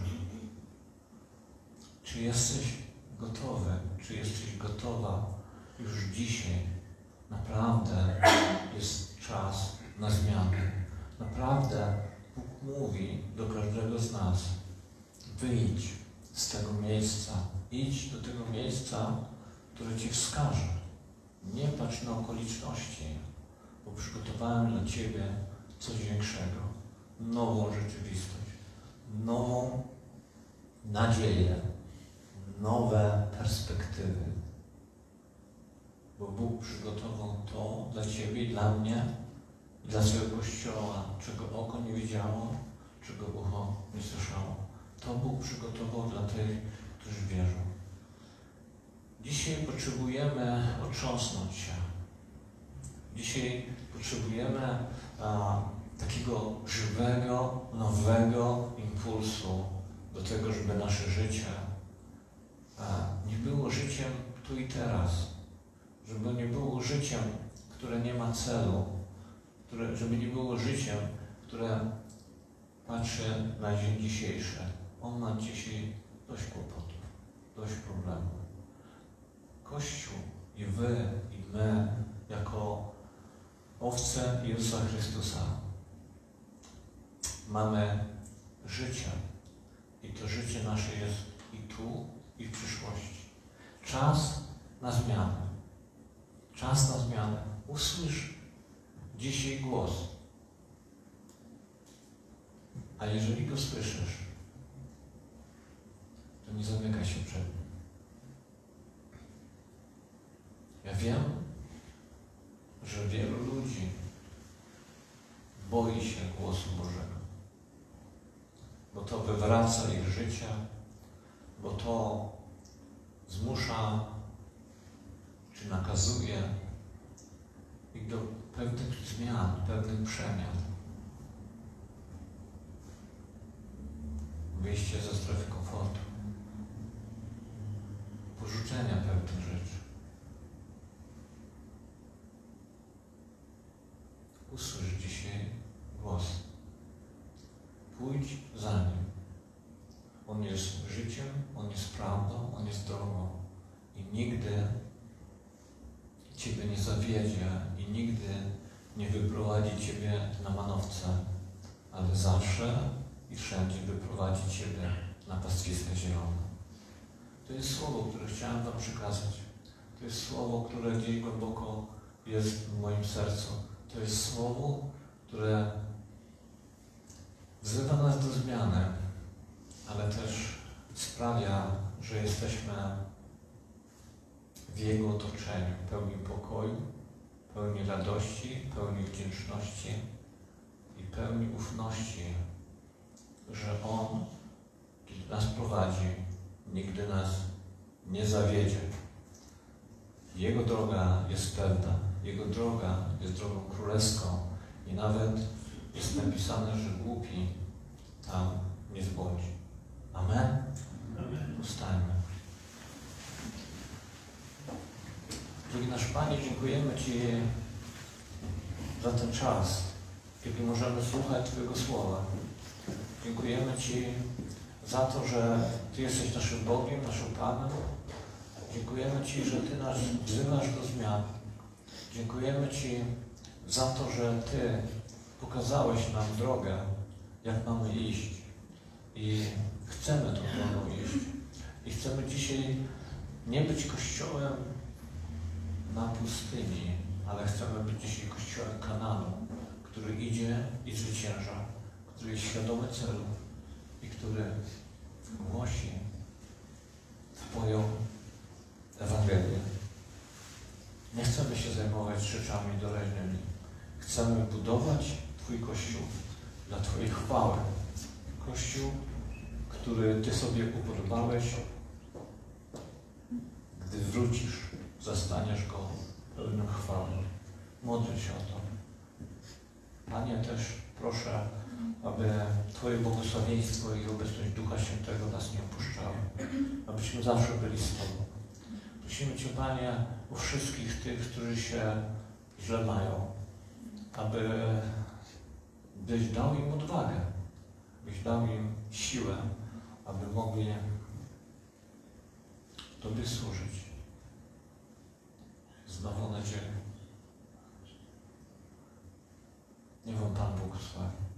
Czy jesteś gotowy, czy jesteś gotowa już dzisiaj? Naprawdę jest czas na zmianę. Naprawdę Bóg mówi do każdego z nas: wyjdź z tego miejsca, idź do tego miejsca, które Ci wskaże. Nie patrz na okoliczności, bo przygotowałem dla Ciebie coś większego. Nową rzeczywistość, nową nadzieję, nowe perspektywy. Bo Bóg przygotował to dla Ciebie i dla mnie i dla swojego Kościoła, czego oko nie widziało, czego ucho nie słyszało. To Bóg przygotował dla tych, którzy wierzą. Dzisiaj potrzebujemy otrząsnąć się. Dzisiaj potrzebujemy a, takiego żywego, nowego impulsu do tego, żeby nasze życie a, nie było życiem tu i teraz. Żeby nie było życiem, które nie ma celu. Które, żeby nie było życiem, które patrzy na dzień dzisiejszy. On ma dzisiaj dość kłopotów, dość problemów. Kościół i Wy, i my, jako owce Jezusa Chrystusa, mamy życie. I to życie nasze jest i tu, i w przyszłości. Czas na zmianę. Czas na zmianę. Usłysz dzisiaj głos. A jeżeli go słyszysz, to nie zamykaj się przed nim. Ja wiem, że wielu ludzi boi się głosu Bożego, bo to wywraca ich życie, bo to zmusza czy nakazuje ich do pewnych zmian, pewnych przemian. Wyjście ze strefy komfortu, porzucenia pewnych rzeczy. Usłysz dzisiaj głos. Pójdź za Nim. On jest życiem, On jest prawdą, On jest drogą. I nigdy Ciebie nie zawiedzie i nigdy nie wyprowadzi Ciebie na manowce, ale zawsze i wszędzie wyprowadzi Ciebie na pastwiska zielone. To jest słowo, które chciałem Wam przekazać. To jest słowo, które gdzieś głęboko jest w moim sercu. To jest słowo, które wzywa nas do zmiany, ale też sprawia, że jesteśmy w Jego otoczeniu, pełni pokoju, pełni radości, pełni wdzięczności i pełni ufności, że On, kiedy nas prowadzi, nigdy nas nie zawiedzie. Jego droga jest pewna, Jego droga jest drogą królewską i nawet jest napisane, że głupi tam nie zbłądzi. Amen? Powstańmy. Drogi nasz Panie, dziękujemy Ci za ten czas, kiedy możemy słuchać Twojego Słowa. Dziękujemy Ci za to, że Ty jesteś naszym Bogiem, naszym Panem. Dziękujemy Ci, że Ty nas wzywasz do zmian. Dziękujemy Ci za to, że Ty pokazałeś nam drogę, jak mamy iść. I chcemy tą drogą iść. I chcemy dzisiaj nie być kościołem na pustyni, ale chcemy być dzisiaj kościołem Kananu, który idzie i zwycięża, który jest świadomy celu i który głosi Twoją Ewangelię. Nie chcemy się zajmować rzeczami doraźnymi. Chcemy budować Twój Kościół dla Twojej chwały. Kościół, który Ty sobie upodobałeś, gdy wrócisz, zastaniesz Go pełnym chwały. Módl się o to. Panie, też proszę, aby Twoje błogosławieństwo i obecność Ducha Świętego nas nie opuszczały. Abyśmy zawsze byli z Tobą. Prosimy Cię, Panie, o wszystkich tych, którzy się źle mają, aby byś dał im odwagę, byś dał im siłę, aby mogli Tobie służyć. Znowu nadzieję. Niech Wam Pan błogosławi.